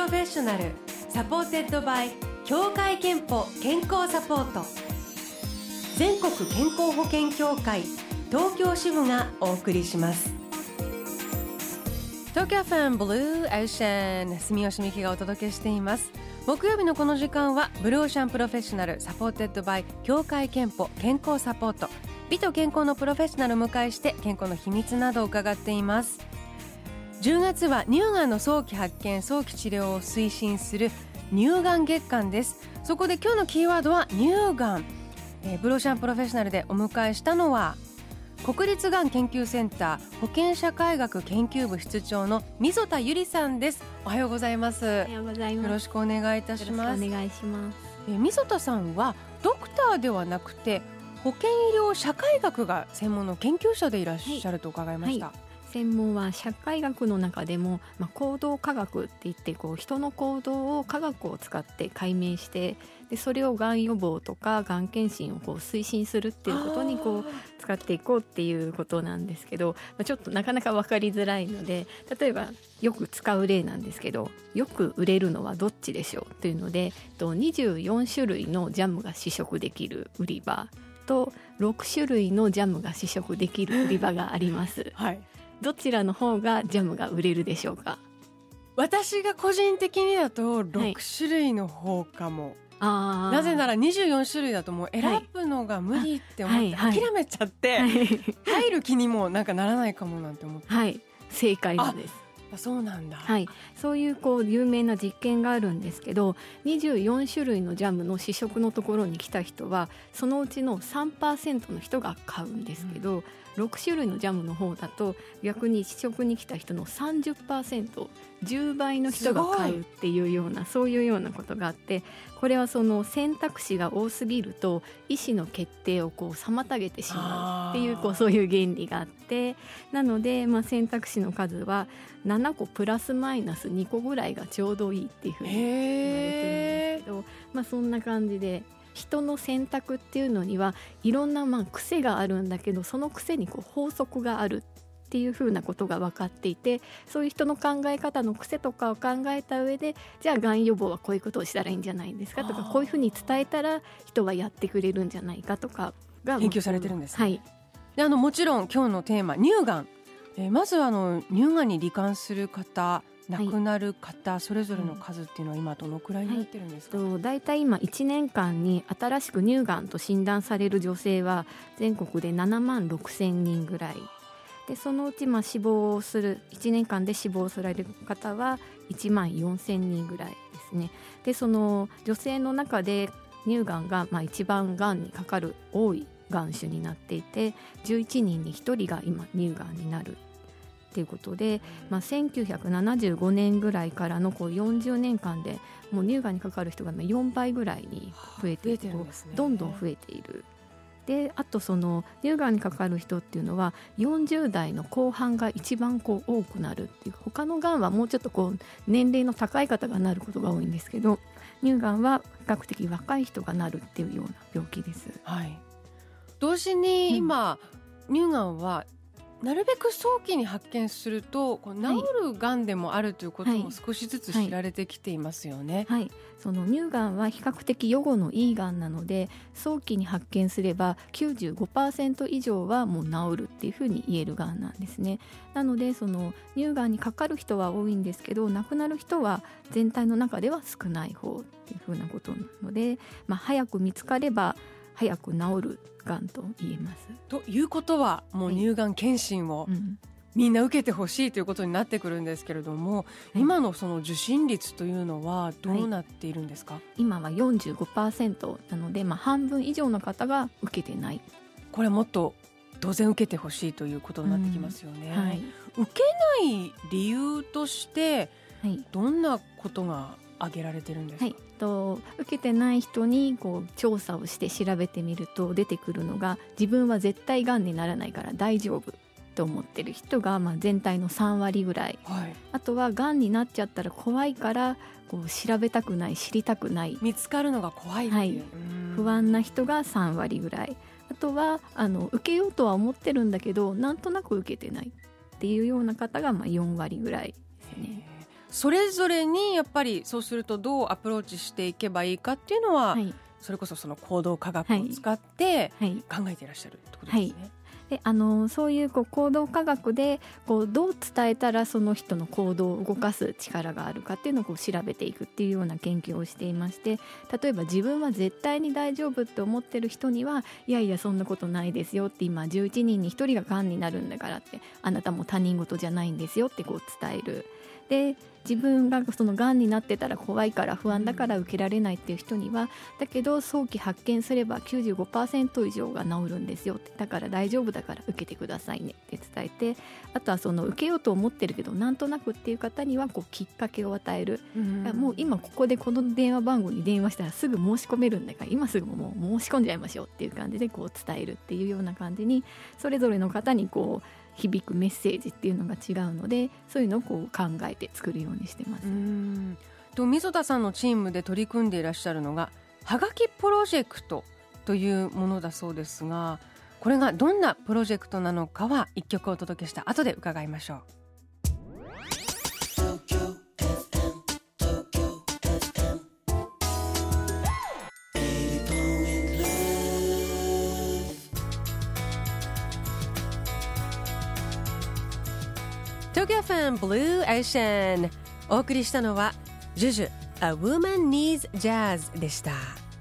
ロフェッショナルサポーテッドバイ協会憲法健康サポート、全国健康保険協会東京支部がお送りします。東京ファンブルーオーシャン、住吉美希がお届けしています。木曜日のこの時間はブルーオーシャンプロフェッショナルサポーテッドバイ協会憲法健康サポート、美と健康のプロフェッショナルを迎えして健康の秘密などを伺っています。10月は乳がんの早期発見早期治療を推進する乳がん月間です。そこで今日のキーワードは乳がん、ブルーオーシャンプロフェッショナルでお迎えしたのは国立がん研究センター保健社会学研究部室長の溝田ゆりさんです。おはようございます。 おはようございます。 よろしくお願いいたします。 よろしくお願いします。 溝田さんはドクターではなくて保健医療社会学が専門の研究者でいらっしゃると伺いました。 専門は社会学の中でも、行動科学って言って人の行動を科学を使って解明して、でそれをがん予防とかがん検診を推進するっていうことに使っていこうっていうことなんですけど、ちょっとなかなか分かりづらいので、例えばよく使う例なんですけど、よく売れるのはどっちでしょうというので、24種類のジャムが試食できる売り場と6種類のジャムが試食できる売り場があります、はい、どちらの方がジャムが売れるでしょうか？ 私が個人的にだと6種類の方かも、なぜなら24種類だともう選ぶのが無理って思って諦めちゃって、入る気にもならないかもなんて思って、 正解なんです。 そうなんだ、 そういう有名な実験があるんですけど、24種類のジャムの試食のところに来た人はそのうちの 3% の人が買うんですけど、6種類のジャムの方だと逆に試食に来た人の 30%、 10倍の人が買うっていうような、そういうようなことがあって、これはその選択肢が多すぎると医師の決定を妨げてしまうっていう、そういう原理があって、なので、選択肢の数は7個プラスマイナス2個ぐらいがちょうどいいっていうふうに言われてるんですけど、そんな感じで人の選択っていうのにはいろんな癖があるんだけど、その癖に法則があるっていうふうなことが分かっていて、そういう人の考え方の癖とかを考えた上で、じゃあがん予防はこういうことをしたらいいんじゃないですかとか、こういうふうに伝えたら人はやってくれるんじゃないかとかが研究されてるんですね。でもちろん今日のテーマ乳がん、まず乳がんに罹患する方、亡くなる方、それぞれの数っていうのは今どのくらいになってるんですか？ だいたい今1年間に新しく乳がんと診断される女性は全国で7万6千人ぐらいで、そのうち死亡する1年間で死亡される方は1万4千人ぐらいですね。でその女性の中で乳がんが一番がんにかかる多いがん種になっていて、11人に1人が今乳がんになるということで、1975年ぐらいからの40年間でもう乳がんにかかる人が4倍ぐらいに増えていて、どんどん増えている。であとその乳がんにかかる人っていうのは40代の後半が一番多くなるっていう、他のがんはもうちょっと年齢の高い方がなることが多いんですけど、乳がんは比較的若い人がなるっていうような病気です。 同時に今、乳がんはなるべく早期に発見すると治るがんでもあるということも少しずつ知られてきていますよね。 その乳がんは比較的予後のいいがんなので、早期に発見すれば 95% 以上はもう治るっていうふうに言えるがんなんですね。なのでその乳がんにかかる人は多いんですけど、亡くなる人は全体の中では少ない方っていうふうなことなので、早く見つかれば早く治るがんと言えます。 ということはもう乳がん検診をみんな受けてほしいということになってくるんですけれども、今のその受診率というのはどうなっているんですか？ 今は 45% なので、半分以上の方が受けてない。 これもっと当然受けてほしいということになってきますよね。受けない理由としてどんなことが挙げられてるんですか？ 受けてない人に調査をして調べてみると出てくるのが、自分は絶対がんにならないから大丈夫と思ってる人が全体の3割ぐらい、あとはがんになっちゃったら怖いから調べたくない、知りたくない、 見つかるのが怖いっていう、 不安な人が3割ぐらい、あとは受けようとは思ってるんだけどなんとなく受けてないっていうような方が4割ぐらいですね。 それぞれにやっぱりそうするとどうアプローチしていけばいいかっていうのは、 はい、 それこそその行動科学を使ってはい、 考えていらっしゃるってことですね。 はいでそういう行動科学でどう伝えたらその人の行動を動かす力があるかっていうのを調べていくっていうような研究をしていまして、例えば自分は絶対に大丈夫って思ってる人にはいやいやそんなことないですよって、今11人に1人ががんになるんだからって、あなたも他人事じゃないんですよって伝える。で自分がそのがんになってたら怖いから不安だから受けられないっていう人には、だけど早期発見すれば 95% 以上が治るんですよって、だから大丈夫だから受けてくださいねって伝えて、あとはその受けようと思ってるけどなんとなくっていう方にはきっかけを与える。もう今ここでこの電話番号に電話したらすぐ申し込めるんだから今すぐもう申し込んじゃいましょうっていう感じで伝えるっていうような感じに、それぞれの方に響くメッセージっていうのが違うので、そういうのを考えて作るようにしてます。 溝田さんのチームで取り組んでいらっしゃるのがはがきプロジェクトというものだそうですが、これがどんなプロジェクトなのかは一曲お届けした後で伺いましょう。東京ファンブルーエーシャン、お送りしたのはジュジュ A Woman Needs Jazz でした。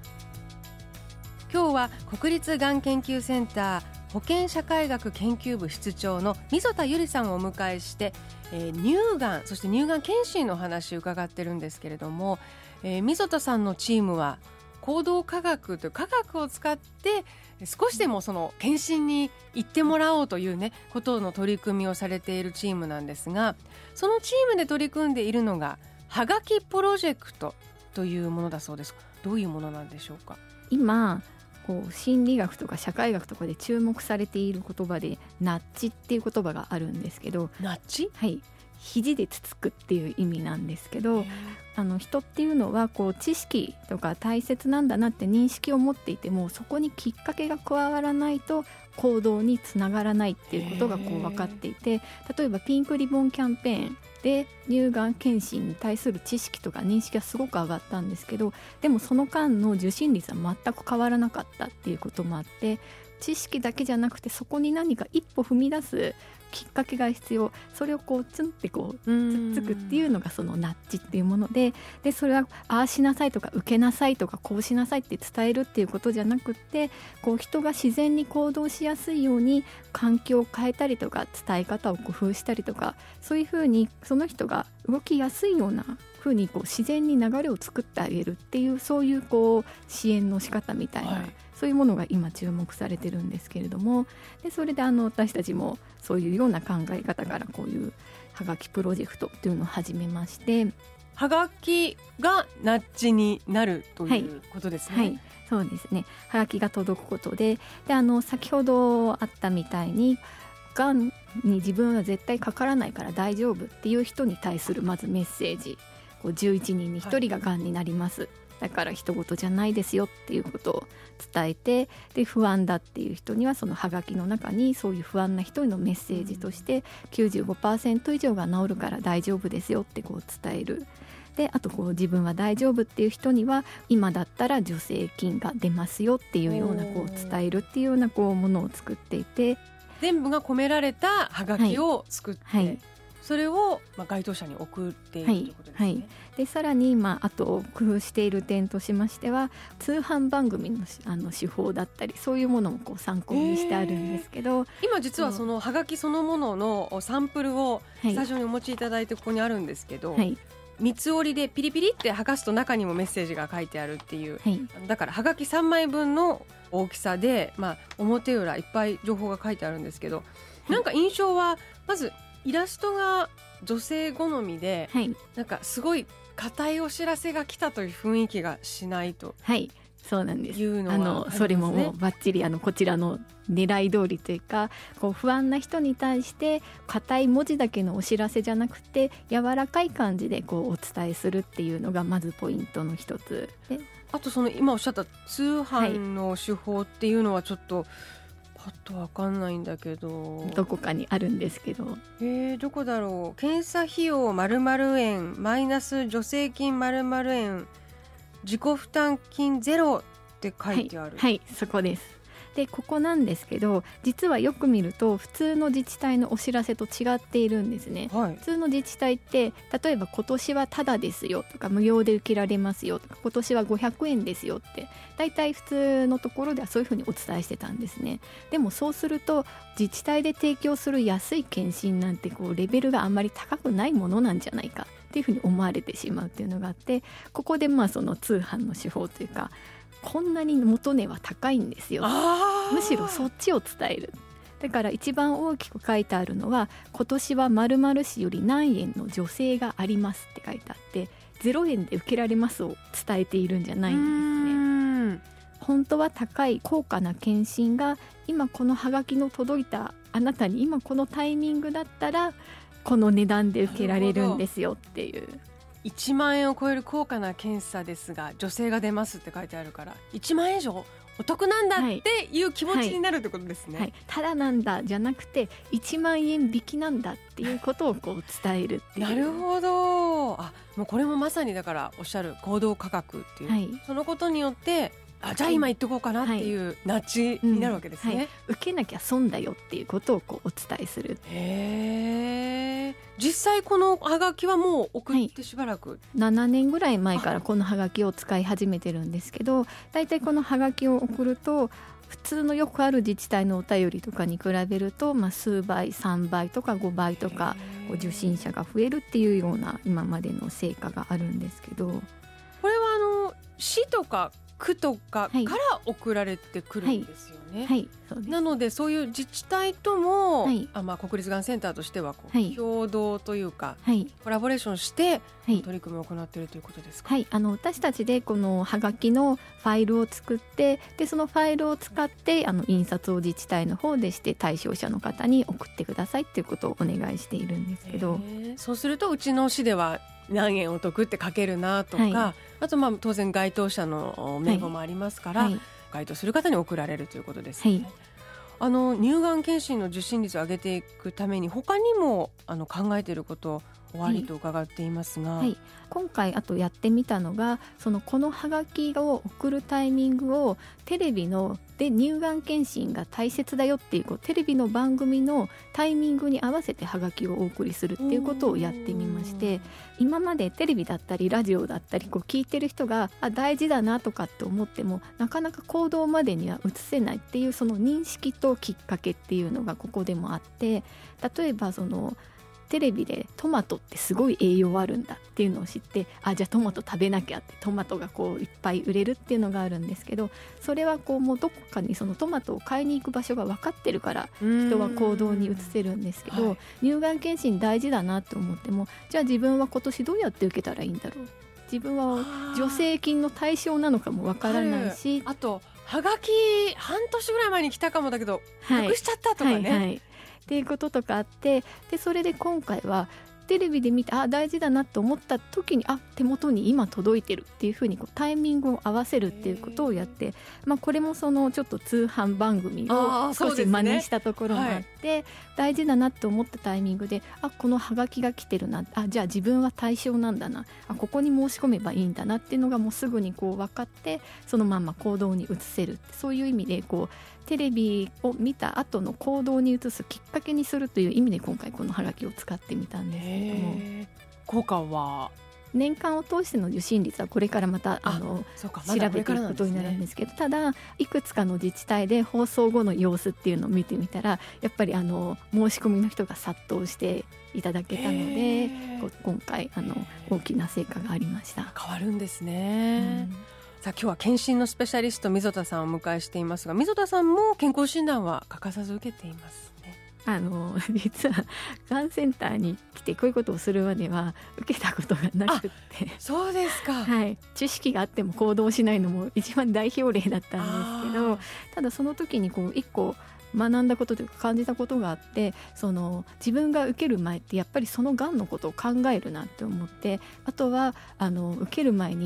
今日は国立がん研究センター保健社会学研究部室長の溝田由里さんをお迎えして、乳がんそして乳がん検診の話を伺ってるんですけれども、溝田さんのチームは行動科学という科学を使って少しでもその検診に行ってもらおうということの取り組みをされているチームなんですが、そのチームで取り組んでいるのがはがきプロジェクトというものだそうです。どういうものなんでしょうか。 今心理学とか社会学とかで注目されている言葉でナッジっていう言葉があるんですけど、 ナッジ、 はい、肘でつつくっていう意味なんですけど、人っていうのは知識とか大切なんだなって認識を持っていても、そこにきっかけが加わらないと行動につながらないっていうことが分かっていて、例えばピンクリボンキャンペーンで乳がん検診に対する知識とか認識がすごく上がったんですけど、でもその間の受診率は全く変わらなかったっていうこともあって、知識だけじゃなくてそこに何か一歩踏み出すきっかけが必要、それをツンってつっつくっていうのがそのナッジっていうもので、それはああしなさいとか受けなさいとかこうしなさいって伝えるっていうことじゃなくって、人が自然に行動しやすいように環境を変えたりとか伝え方を工夫したりとか、そういうふうにその人が動きやすいようなふうに自然に流れを作ってあげるっていう、そういう支援の仕方みたいな、はい、そういうものが今注目されてるんですけれども、でそれで私たちもそういうような考え方からこういうはがきプロジェクトっていうのを始めまして、 はがきがナッジになるということですね。 はい、はい、そうですね。はがきが届くことで、先ほどあったみたいにがんに自分は絶対かからないから大丈夫っていう人に対するまずメッセージ、11人に1人ががんになります、はい、だから人事じゃないですよっていうことを伝えて、で不安だっていう人にはそのハガキの中にそういう不安な人へのメッセージとして 95% 以上が治るから大丈夫ですよって伝える。であと自分は大丈夫っていう人には今だったら助成金が出ますよっていうような伝えるっていうようなものを作っていて、 全部が込められたハガキを作って、はいはい、それを該当者に送っているということですね。はいはい、 でさらにあと工夫している点としましては、通販番組の手法だったりそういうものも参考にしてあるんですけど、 今実はそのハガキそのもののサンプルをスタジオにお持ちいただいてここにあるんですけど、はい、三つ折りでピリピリって剥がすと中にもメッセージが書いてあるっていう、はい、だからハガキ3枚分の大きさで、表裏いっぱい情報が書いてあるんですけど、なんか印象はまずイラストが女性好みで、はい、なんかすごい固いお知らせが来たという雰囲気がしないと、 はい、そうなんです。 いうのはありますね。 それももうバッチリこちらの狙い通りというか、不安な人に対して固い文字だけのお知らせじゃなくて柔らかい感じでお伝えするっていうのがまずポイントの一つで、 あとその今おっしゃった通販の手法っていうのはちょっとょっとわかんないんだけど、 どこかにあるんですけど、 どこだろう。検査費用〇〇円マイナス助成金〇〇円自己負担金ゼロって書いてある。 はい、そこです。でここなんですけど、実はよく見ると普通の自治体のお知らせと違っているんですね。 はい、 普通の自治体って例えば今年はタダですよとか無料で受けられますよとか今年は500円ですよってだいたい普通のところではそういうふうにお伝えしてたんですね。でもそうすると自治体で提供する安い検診なんてレベルがあんまり高くないものなんじゃないかっていうふうに思われてしまうっていうのがあって、ここでその通販の手法というか、こんなに元値は高いんですよ、むしろそっちを伝える。だから一番大きく書いてあるのは、今年は〇〇市より何円の助成がありますって書いてあって、0円で受けられますを伝えているんじゃないんですね。本当は高い高価な検診が今このハガキの届いたあなたに今このタイミングだったらこの値段で受けられるんですよっていう。 1万円を超える高価な検査ですが助成が出ますって書いてあるから、1万円以上お得なんだっていう気持ちになるってことですね。 ただなんだじゃなくて1万円引きなんだっていうことを伝えるっていう。 なるほど。もうこれもまさにだからおっしゃる行動価格っていう、そのことによってじゃあ今言っとこうかなっていうナッジになるわけですね。 受けなきゃ損だよっていうことをお伝えする。 実際このハガキはもう送ってしばらく、 7年ぐらい前からこのハガキを使い始めてるんですけど、だいたいこのハガキを送ると普通のよくある自治体のお便りとかに比べると、数倍3倍とか5倍とか受診者が増えるっていうような今までの成果があるんですけど、 これは市とか区とかから送られてくるんですよね。 そうです。 なのでそういう自治体とも、国立がんセンターとしては共同というか、コラボレーションして取り組みを行っているということですか。 私たちでこのハガキのファイルを作って、でそのファイルを使って印刷を自治体の方でして対象者の方に送ってくださいっていうことをお願いしているんですけど、 そうするとうちの市では何円お得って書けるなとか、あと当然該当者の名簿もありますから、該当する方に送られるということですね。乳がん検診の受診率を上げていくために他にも考えていることおありと伺っていますが、 今回あとやってみたのが、このハガキを送るタイミングをテレビので乳がん検診が大切だよっていうテレビの番組のタイミングに合わせてハガキをお送りするっていうことをやってみまして、今までテレビだったりラジオだったり聞いてる人が大事だなとかって思ってもなかなか行動までには移せないっていうその認識ときっかけっていうのがここでもあって、例えばテレビでトマトってすごい栄養あるんだっていうのを知って、じゃあトマト食べなきゃってトマトがいっぱい売れるっていうのがあるんですけど、それはもうどこかにそのトマトを買いに行く場所が分かってるから人は行動に移せるんですけど、乳がん検診大事だなと思っても、じゃあ自分は今年どうやって受けたらいいんだろう、自分は助成金の対象なのかも分からないし、 あとはがき半年ぐらい前に来たかもだけどなくしちゃったとかね、 っていうこととかあって、でそれで今回はテレビで見て大事だなと思った時に手元に今届いてるっていう風にタイミングを合わせるっていうことをやって、これもちょっと通販番組を少し真似したところがあって、大事だなと思ったタイミングでこのハガキが来てるな、じゃあ自分は対象なんだな、ここに申し込めばいいんだなっていうのがもうすぐに分かって、そのまま行動に移せる、そういう意味でテレビを見た後の行動に移すきっかけにするという意味で今回このハガキを使ってみたんですけれども、 効果は年間を通しての受診率はこれからまた調べていくことになるんですけど、ただいくつかの自治体で放送後の様子っていうのを見てみたら、やっぱり申し込みの人が殺到していただけたので、今回大きな成果がありました。 変わるんですね。さあ今日は検診のスペシャリスト溝田さんをお迎えしていますが、溝田さんも健康診断は欠かさず受けていますね。 実はがんセンターに来てこういうことをするまでは受けたことがなくって、 そうですか。 知識があっても行動しないのも一番代表例だったんですけど、ただその時に一個学んだことというか感じたことがあって、自分が受ける前ってやっぱりそのがんのことを考えるなって思って、あとは受ける前に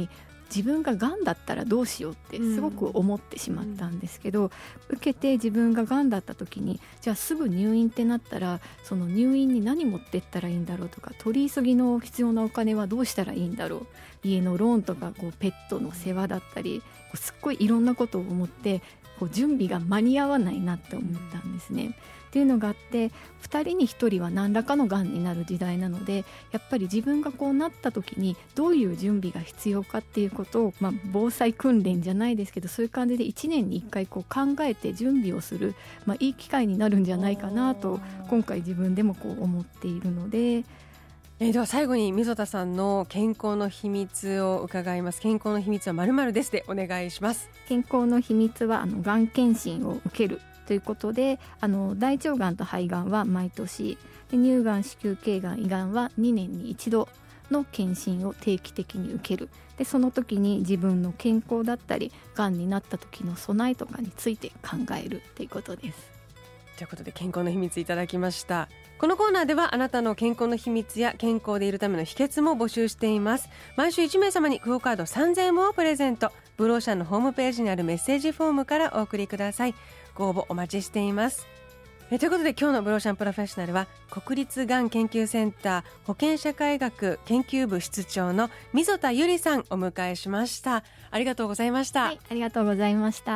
自分ががんだったらどうしようってすごく思ってしまったんですけど、受けて自分ががんだった時にじゃあすぐ入院ってなったらその入院に何持ってったらいいんだろうとか、取り急ぎの必要なお金はどうしたらいいんだろう、家のローンとかペットの世話だったりすっごいいろんなことを思って準備が間に合わないなって思ったんですね。っていうのがあって、2人に1人は何らかのがんになる時代なので、やっぱり自分がなった時にどういう準備が必要かっていうことを、防災訓練じゃないですけど、そういう感じで1年に1回考えて準備をする、いい機会になるんじゃないかなと今回自分でも思っているので。 では最後に溝田さんの健康の秘密を伺います。健康の秘密は〇〇ですでお願いします。 健康の秘密はがん検診を受けるということで、大腸がんと肺がんは毎年で、乳がん、子宮頸がん、胃がんは2年に1度の検診を定期的に受ける。でその時に自分の健康だったりがんになった時の備えとかについて考えるということです。 ということで健康の秘密いただきました。このコーナーではあなたの健康の秘密や健康でいるための秘訣も募集しています。毎週1名様にクオカード3000円をプレゼント。ブルーオーシャンのホームページにあるメッセージフォームからお送りください。ご応募お待ちしています。ということで今日のブルーオーシャンプロフェッショナルは国立がん研究センター保健社会学研究部室長の溝田由里さんお迎えしました。ありがとうございました。 はい、ありがとうございました。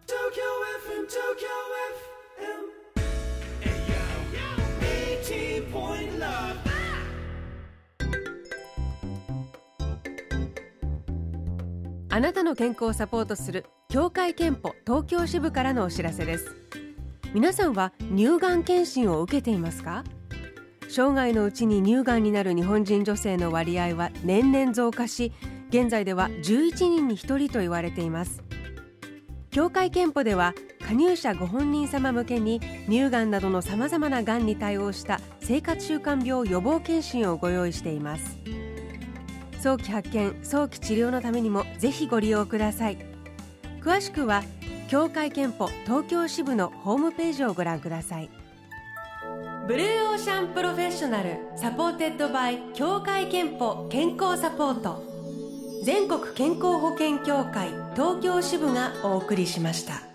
あなたの健康をサポートする協会憲法東京支部からのお知らせです。皆さんは乳がん検診を受けていますか？生涯のうちに乳がんになる日本人女性の割合は年々増加し、現在では11人に1人と言われています。協会憲法では加入者ご本人様向けに乳がんなどのさまざまながんに対応した生活習慣病予防検診をご用意しています。早期発見、早期治療のためにもぜひご利用ください。詳しくは協会憲法東京支部のホームページをご覧ください。ブルーオーシャンプロフェッショナルサポーテッドバイ協会憲法健康サポート、全国健康保険協会東京支部がお送りしました。